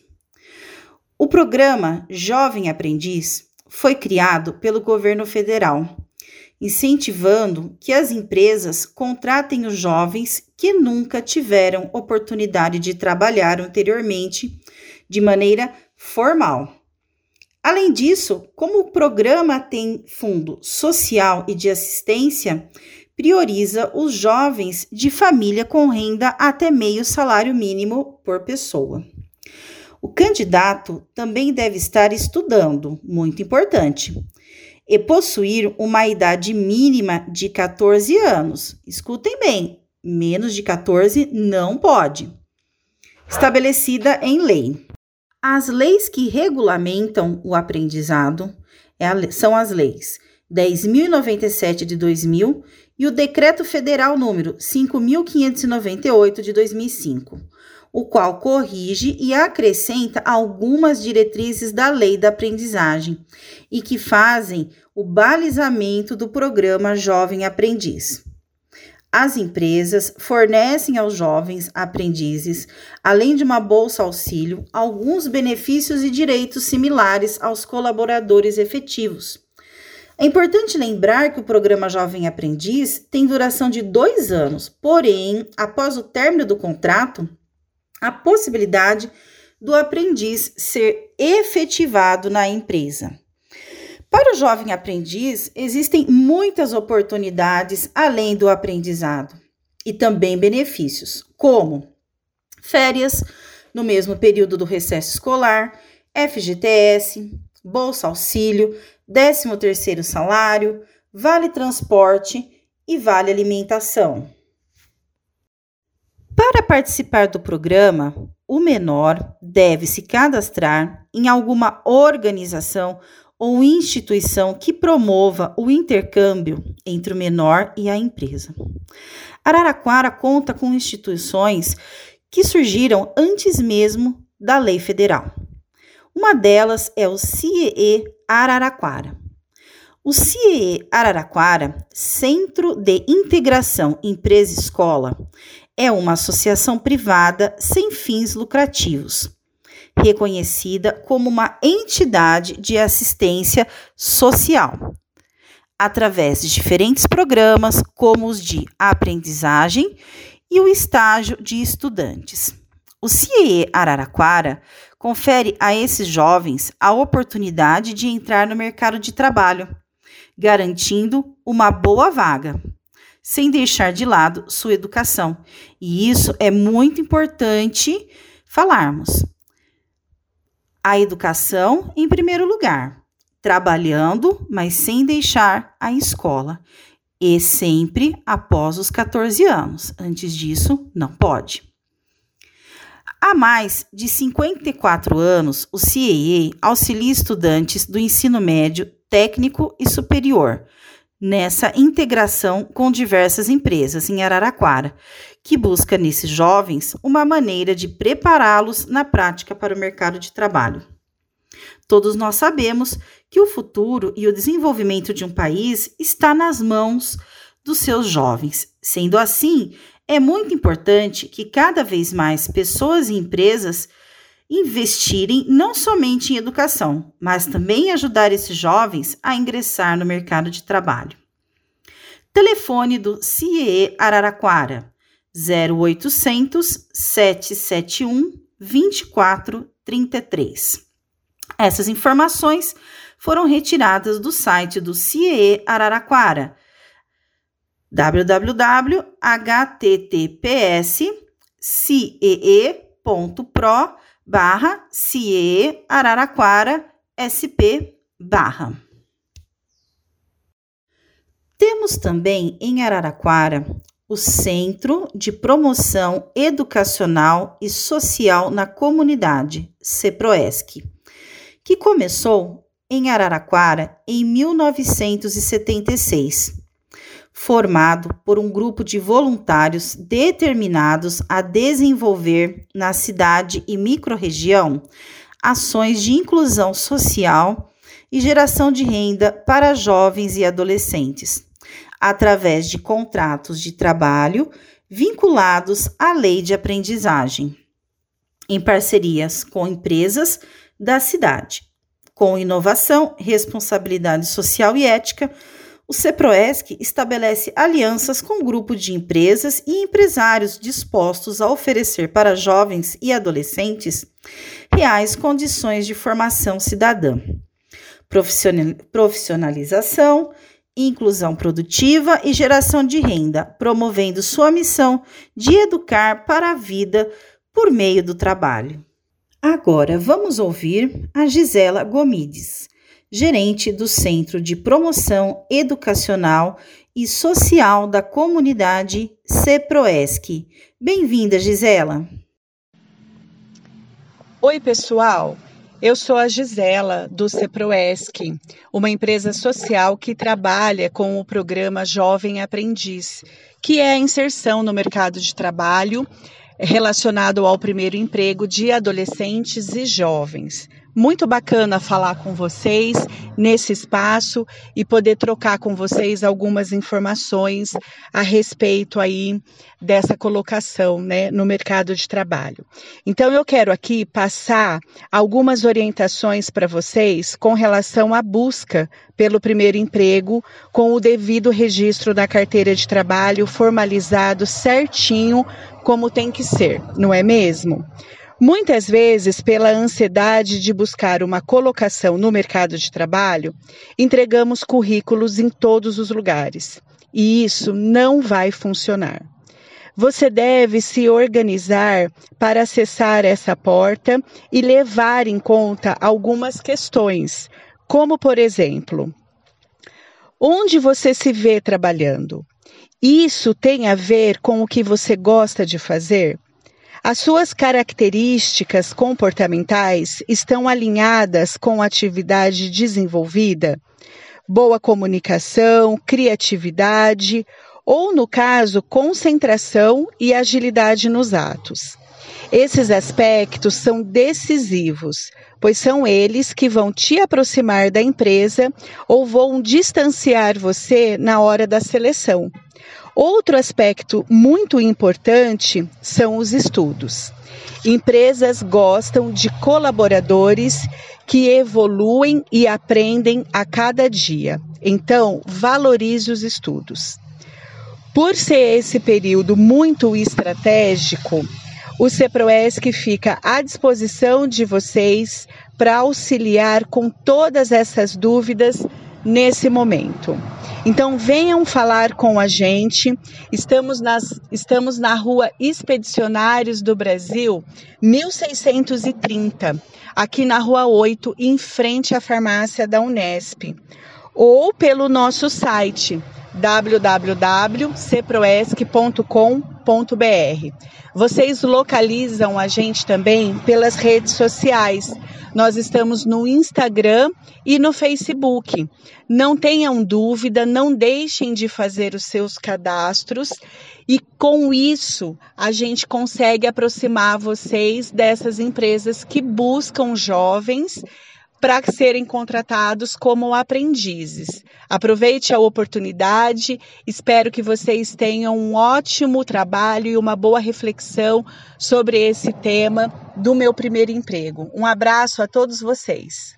O programa Jovem Aprendiz foi criado pelo governo federal, incentivando que as empresas contratem os jovens que nunca tiveram oportunidade de trabalhar anteriormente de maneira formal. Além disso, como o programa tem fundo social e de assistência, prioriza os jovens de família com renda até meio salário mínimo por pessoa. O candidato também deve estar estudando, muito importante, e possuir uma idade mínima de catorze anos. Escutem bem, menos de catorze não pode. Estabelecida em lei. As leis que regulamentam o aprendizado são as leis dez mil e noventa e sete de dois mil e o Decreto Federal número cinco mil quinhentos e noventa e oito de dois mil e cinco, o qual corrige e acrescenta algumas diretrizes da Lei da Aprendizagem e que fazem o balizamento do programa Jovem Aprendiz. As empresas fornecem aos jovens aprendizes, além de uma bolsa auxílio, alguns benefícios e direitos similares aos colaboradores efetivos. É importante lembrar que o programa Jovem Aprendiz tem duração de dois anos, porém, após o término do contrato, a possibilidade do aprendiz ser efetivado na empresa. Para o jovem aprendiz, existem muitas oportunidades além do aprendizado e também benefícios, como férias no mesmo período do recesso escolar, F G T S, bolsa auxílio, décimo terceiro salário, vale transporte e vale alimentação. Para participar do programa, o menor deve se cadastrar em alguma organização ou instituição que promova o intercâmbio entre o menor e a empresa. Araraquara conta com instituições que surgiram antes mesmo da lei federal. Uma delas é o C I E E Araraquara. O C I E E Araraquara, Centro de Integração Empresa-Escola, é uma associação privada sem fins lucrativos, reconhecida como uma entidade de assistência social, através de diferentes programas, como os de aprendizagem e o estágio de estudantes. O C I E E Araraquara confere a esses jovens a oportunidade de entrar no mercado de trabalho, garantindo uma boa vaga, sem deixar de lado sua educação. E isso é muito importante falarmos. A educação em primeiro lugar, trabalhando, mas sem deixar a escola, e sempre após os catorze anos. Antes disso, não pode. Há mais de cinquenta e quatro anos, o C I E E auxilia estudantes do ensino médio, técnico e superior, nessa integração com diversas empresas em Araraquara, que busca nesses jovens uma maneira de prepará-los na prática para o mercado de trabalho. Todos nós sabemos que o futuro e o desenvolvimento de um país está nas mãos dos seus jovens. Sendo assim, é muito importante que cada vez mais pessoas e empresas investirem não somente em educação, mas também ajudar esses jovens a ingressar no mercado de trabalho. Telefone do C I E E Araraquara, zero oitocentos, sete sete um, dois quatro três três. Essas informações foram retiradas do site do C I E E Araraquara, w w w ponto h t t p s c e e ponto pro barra CIE Araraquara SP barra. Temos também em Araraquara o Centro de Promoção Educacional e Social na Comunidade, CEPROESC, que começou em Araraquara em mil novecentos e setenta e seis, formado por um grupo de voluntários determinados a desenvolver na cidade e microrregião ações de inclusão social e geração de renda para jovens e adolescentes, através de contratos de trabalho vinculados à lei de aprendizagem, em parcerias com empresas da cidade. Com inovação, responsabilidade social e ética, o CEPROESC estabelece alianças com grupos de empresas e empresários dispostos a oferecer para jovens e adolescentes reais condições de formação cidadã, profissionalização, inclusão produtiva e geração de renda, promovendo sua missão de educar para a vida por meio do trabalho. Agora vamos ouvir a Gisela Gomides, gerente do Centro de Promoção Educacional e Social da Comunidade CEPROESC. Bem-vinda, Gisela. Oi, pessoal. Eu sou a Gisela, do CEPROESC, uma empresa social que trabalha com o programa Jovem Aprendiz, que é a inserção no mercado de trabalho relacionado ao primeiro emprego de adolescentes e jovens. Muito bacana falar com vocês nesse espaço e poder trocar com vocês algumas informações a respeito aí dessa colocação, né, no mercado de trabalho. Então, eu quero aqui passar algumas orientações para vocês com relação à busca pelo primeiro emprego, com o devido registro na carteira de trabalho formalizado certinho como tem que ser, não é mesmo? Muitas vezes, pela ansiedade de buscar uma colocação no mercado de trabalho, entregamos currículos em todos os lugares. E isso não vai funcionar. Você deve se organizar para acessar essa porta e levar em conta algumas questões, como, por exemplo, onde você se vê trabalhando? Isso tem a ver com o que você gosta de fazer? As suas características comportamentais estão alinhadas com a atividade desenvolvida? Boa comunicação, criatividade ou, no caso, concentração e agilidade nos atos. Esses aspectos são decisivos, pois são eles que vão te aproximar da empresa ou vão distanciar você na hora da seleção. Outro aspecto muito importante são os estudos. Empresas gostam de colaboradores que evoluem e aprendem a cada dia. Então, valorize os estudos. Por ser esse período muito estratégico, o CEPROESC fica à disposição de vocês para auxiliar com todas essas dúvidas nesse momento. Então, venham falar com a gente. Estamos, nas, estamos na Rua Expedicionários do Brasil, mil seiscentos e trinta, aqui na Rua oito, em frente à farmácia da Unesp. Ou pelo nosso site, w w w ponto ceproesc ponto com ponto b r. Vocês localizam a gente também pelas redes sociais. Nós estamos no Instagram e no Facebook. Não tenham dúvida, não deixem de fazer os seus cadastros e com isso a gente consegue aproximar vocês dessas empresas que buscam jovens para serem contratados como aprendizes. Aproveite a oportunidade, espero que vocês tenham um ótimo trabalho e uma boa reflexão sobre esse tema do meu primeiro emprego. Um abraço a todos vocês.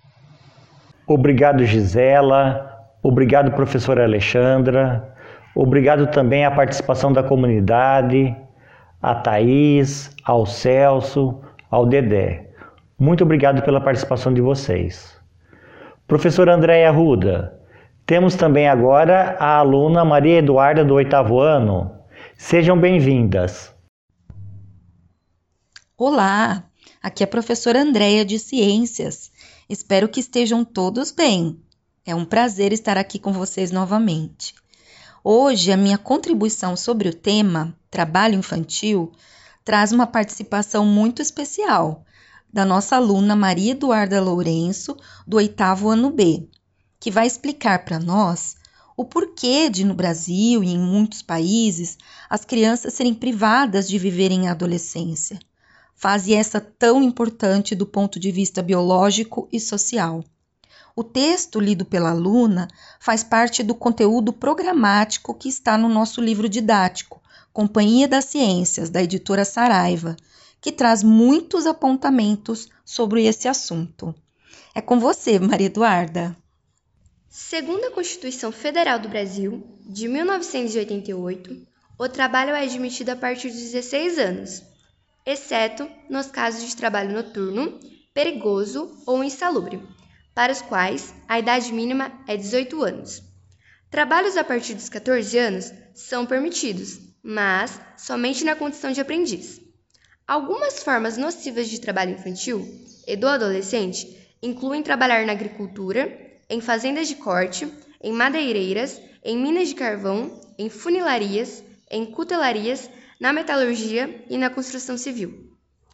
Obrigado, Gisela. Obrigado, professora Alexandra. Obrigado também à participação da comunidade, a Thaís, ao Celso, ao Dedé. Muito obrigado pela participação de vocês. Professora Andréia Arruda, temos também agora a aluna Maria Eduarda do oitavo ano. Sejam bem-vindas. Olá, aqui é a professora Andréia de Ciências. Espero que estejam todos bem. É um prazer estar aqui com vocês novamente. Hoje, a minha contribuição sobre o tema trabalho infantil traz uma participação muito especial da nossa aluna Maria Eduarda Lourenço, do oitavo ano B, que vai explicar para nós o porquê de, no Brasil e em muitos países, as crianças serem privadas de viverem a adolescência. Fase essa tão importante do ponto de vista biológico e social. O texto lido pela aluna faz parte do conteúdo programático que está no nosso livro didático, Companhia das Ciências, da editora Saraiva, que traz muitos apontamentos sobre esse assunto. É com você, Maria Eduarda. Segundo a Constituição Federal do Brasil, de mil novecentos e oitenta e oito, o trabalho é admitido a partir dos dezesseis anos, exceto nos casos de trabalho noturno, perigoso ou insalubre, para os quais a idade mínima é dezoito anos. Trabalhos a partir dos catorze anos são permitidos, mas somente na condição de aprendiz. Algumas formas nocivas de trabalho infantil e do adolescente incluem trabalhar na agricultura, em fazendas de corte, em madeireiras, em minas de carvão, em funilarias, em cutelarias, na metalurgia e na construção civil.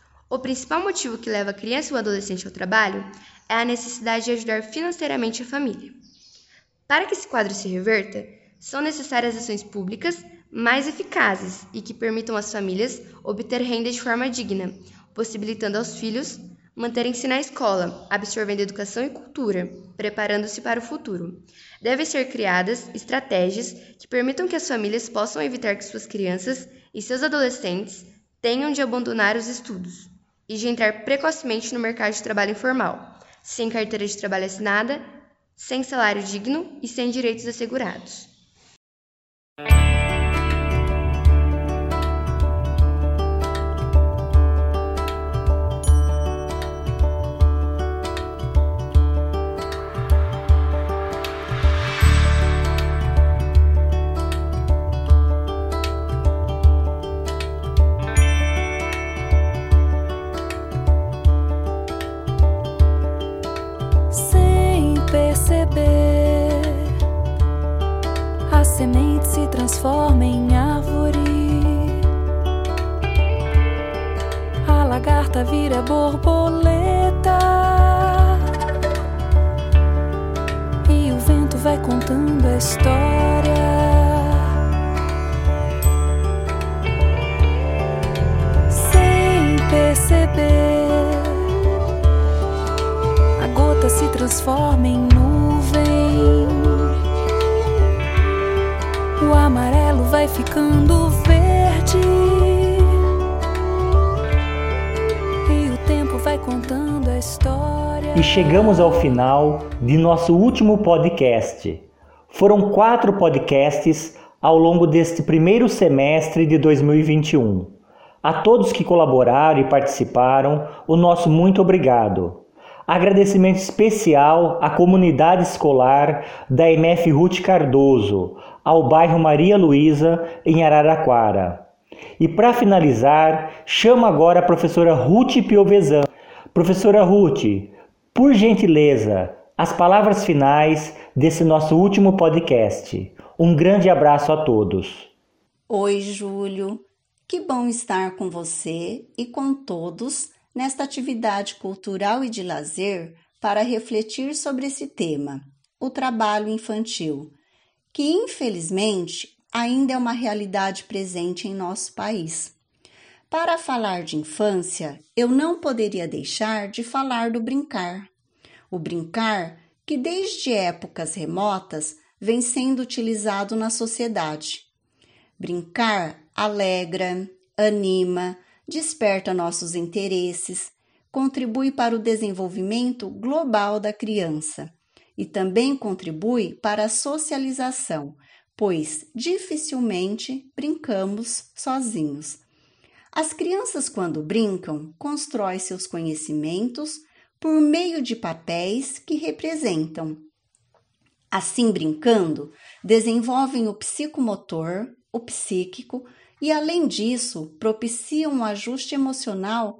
O principal motivo que leva a criança ou adolescente ao trabalho é a necessidade de ajudar financeiramente a família. Para que esse quadro se reverta, são necessárias ações públicas mais eficazes e que permitam às famílias obter renda de forma digna, possibilitando aos filhos manterem-se na escola, absorvendo educação e cultura, preparando-se para o futuro. Devem ser criadas estratégias que permitam que as famílias possam evitar que suas crianças e seus adolescentes tenham de abandonar os estudos e de entrar precocemente no mercado de trabalho informal, sem carteira de trabalho assinada, sem salário digno e sem direitos assegurados. A semente se transforma em árvore, a lagarta vira borboleta e o vento vai contando a história. Sem perceber, a gota se transforma em nuvem, o amarelo vai ficando verde e o tempo vai contando a história. E chegamos ao final de nosso último podcast. Foram quatro podcasts ao longo deste primeiro semestre de dois mil e vinte e um. A todos que colaboraram e participaram, o nosso muito obrigado. Agradecimento especial à comunidade escolar da M F Ruth Cardoso, ao bairro Maria Luísa, em Araraquara. E para finalizar, chamo agora a professora Ruth Piovesan. Professora Ruth, por gentileza, as palavras finais desse nosso último podcast. Um grande abraço a todos. Oi, Júlio. Que bom estar com você e com todos nesta atividade cultural e de lazer para refletir sobre esse tema, o trabalho infantil, que infelizmente ainda é uma realidade presente em nosso país. Para falar de infância, eu não poderia deixar de falar do brincar. O brincar que desde épocas remotas vem sendo utilizado na sociedade. Brincar alegra, anima, desperta nossos interesses, contribui para o desenvolvimento global da criança e também contribui para a socialização, pois dificilmente brincamos sozinhos. As crianças, quando brincam, constroem seus conhecimentos por meio de papéis que representam. Assim, brincando, desenvolvem o psicomotor, o psíquico, e, além disso, propiciam um ajuste emocional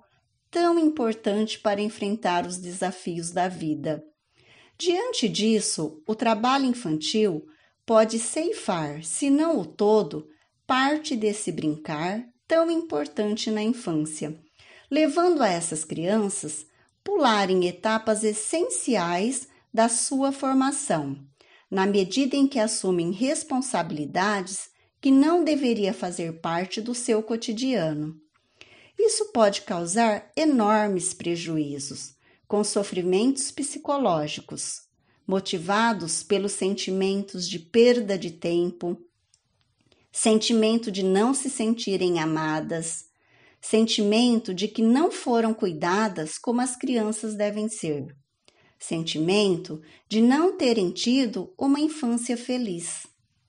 tão importante para enfrentar os desafios da vida. Diante disso, o trabalho infantil pode ceifar, se não o todo, parte desse brincar tão importante na infância, levando a essas crianças pularem etapas essenciais da sua formação, na medida em que assumem responsabilidades que não deveria fazer parte do seu cotidiano. Isso pode causar enormes prejuízos, com sofrimentos psicológicos, motivados pelos sentimentos de perda de tempo, sentimento de não se sentirem amadas, sentimento de que não foram cuidadas como as crianças devem ser, sentimento de não terem tido uma infância feliz.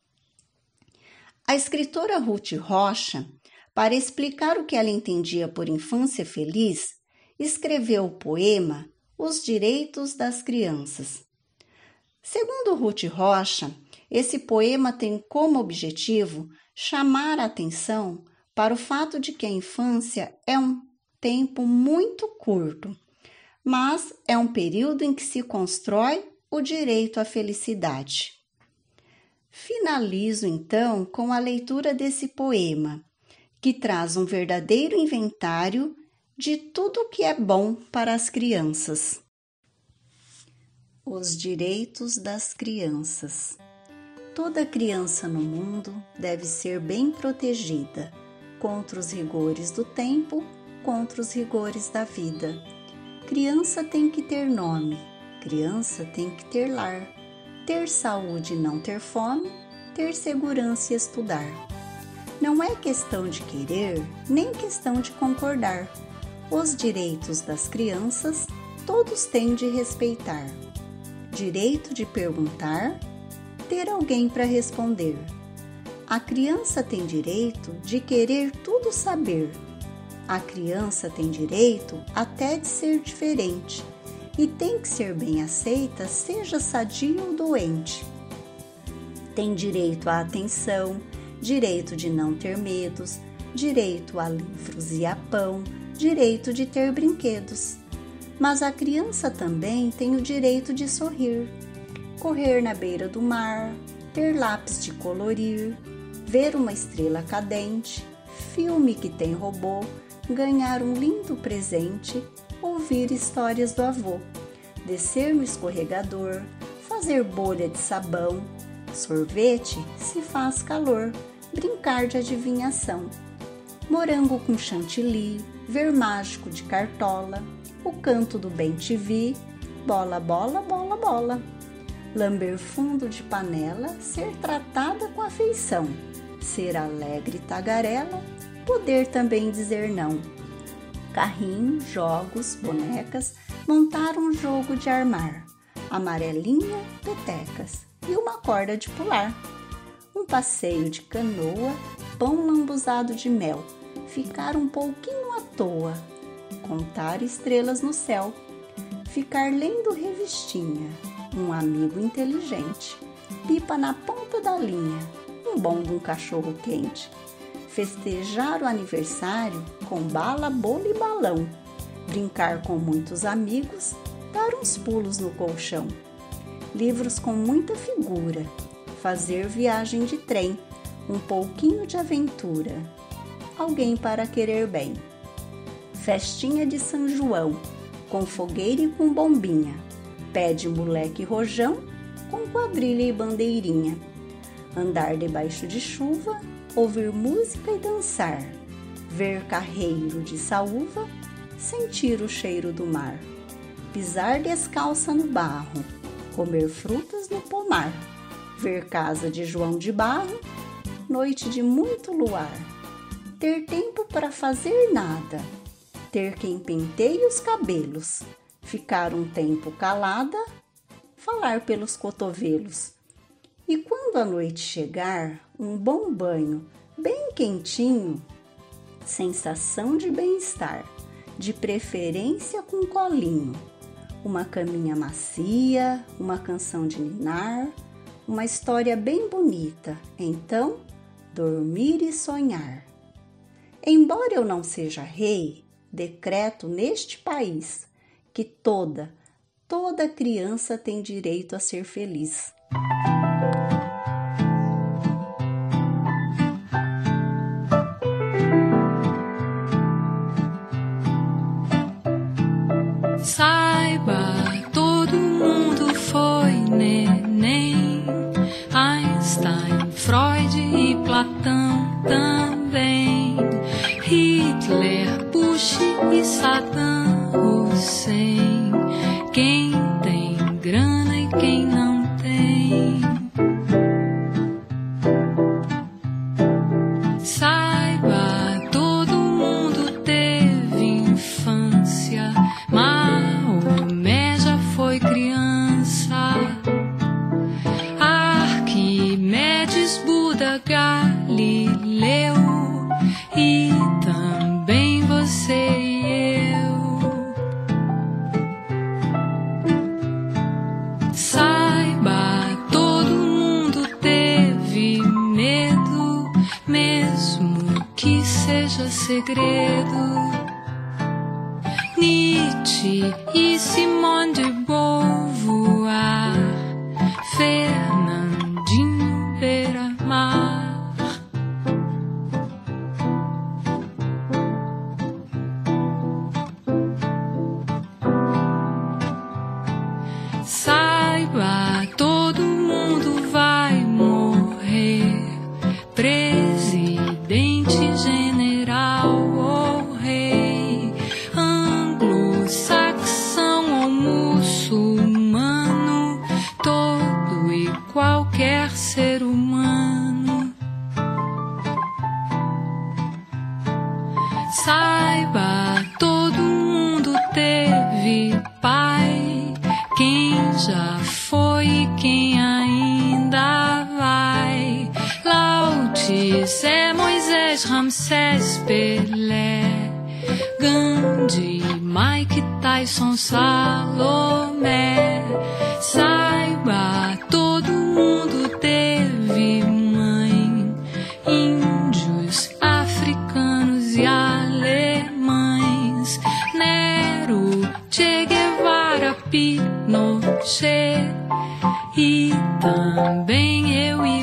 A escritora Ruth Rocha, para explicar o que ela entendia por infância feliz, escreveu o poema Os Direitos das Crianças. Segundo Ruth Rocha, esse poema tem como objetivo chamar a atenção para o fato de que a infância é um tempo muito curto, mas é um período em que se constrói o direito à felicidade. Finalizo então com a leitura desse poema, que traz um verdadeiro inventário de tudo o que é bom para as crianças. Os direitos das crianças. Toda criança no mundo deve ser bem protegida contra os rigores do tempo, contra os rigores da vida. Criança tem que ter nome, criança tem que ter lar, ter saúde e não ter fome, ter segurança e estudar. Não é questão de querer, nem questão de concordar. Os direitos das crianças todos têm de respeitar. Direito de perguntar, ter alguém para responder. A criança tem direito de querer tudo saber. A criança tem direito até de ser diferente e tem que ser bem aceita, seja sadia ou doente. Tem direito à atenção, direito de não ter medos, direito a livros e a pão, direito de ter brinquedos. Mas a criança também tem o direito de sorrir, correr na beira do mar, ter lápis de colorir, ver uma estrela cadente, filme que tem robô, ganhar um lindo presente, ouvir histórias do avô, descer no escorregador, fazer bolha de sabão, sorvete se faz calor, brincar de adivinhação, morango com chantilly, ver mágico de cartola, o canto do bem-te vi, bola, bola, bola, bola, lamber fundo de panela, ser tratada com afeição, ser alegre e tagarela, poder também dizer não. Carrinho, jogos, bonecas, montar um jogo de armar, amarelinha, petecas e uma corda de pular. Um passeio de canoa, pão lambuzado de mel, ficar um pouquinho à toa, contar estrelas no céu, ficar lendo revistinha, um amigo inteligente, pipa na ponta da linha, um bom de um cachorro quente, festejar o aniversário com bala, bolo e balão, brincar com muitos amigos, dar uns pulos no colchão, livros com muita figura, fazer viagem de trem, um pouquinho de aventura, alguém para querer bem, festinha de São João, com fogueira e com bombinha, pé de moleque rojão, com quadrilha e bandeirinha, andar debaixo de chuva, ouvir música e dançar, ver carreiro de saúva, sentir o cheiro do mar, pisar descalça no barro, comer frutas no pomar, ver casa de João de Barro, noite de muito luar, ter tempo para fazer nada, ter quem penteie os cabelos, ficar um tempo calada, falar pelos cotovelos. E quando a noite chegar, um bom banho, bem quentinho, sensação de bem-estar, de preferência com colinho, uma caminha macia, uma canção de ninar, uma história bem bonita, então dormir e sonhar. Embora eu não seja rei, decreto neste país que toda, toda criança tem direito a ser feliz. Saiba, todo mundo foi neném, Einstein, Freud e Platão também, Hitler, Bush e Saddam Hussein, quem tem grana e quem não tem. Saiba, todo mundo teve infância, Maomé já foi criança, Arquimedes, Buda, Galileu e também você e eu. Saiba, todo mundo teve medo, mesmo que seja segredo. Nietzsche e Simone de Beauvoir, Fernandinho Beiramar. Saiba, todo mundo vai morrer, presidente, general ou rei, anglo-saxão ou muçulmano, todo e qualquer ser humano. Saiba, todo mundo teve pai, quem já foi e quem ainda vai. Lao Tse, Moisés, Ramsés, Pelé, Gandhi, Mike Tyson, Salomé. Saiba, todo mundo teve mãe, índios, africanos e alemães, Nero, Che Guevara, Pinochet e também eu e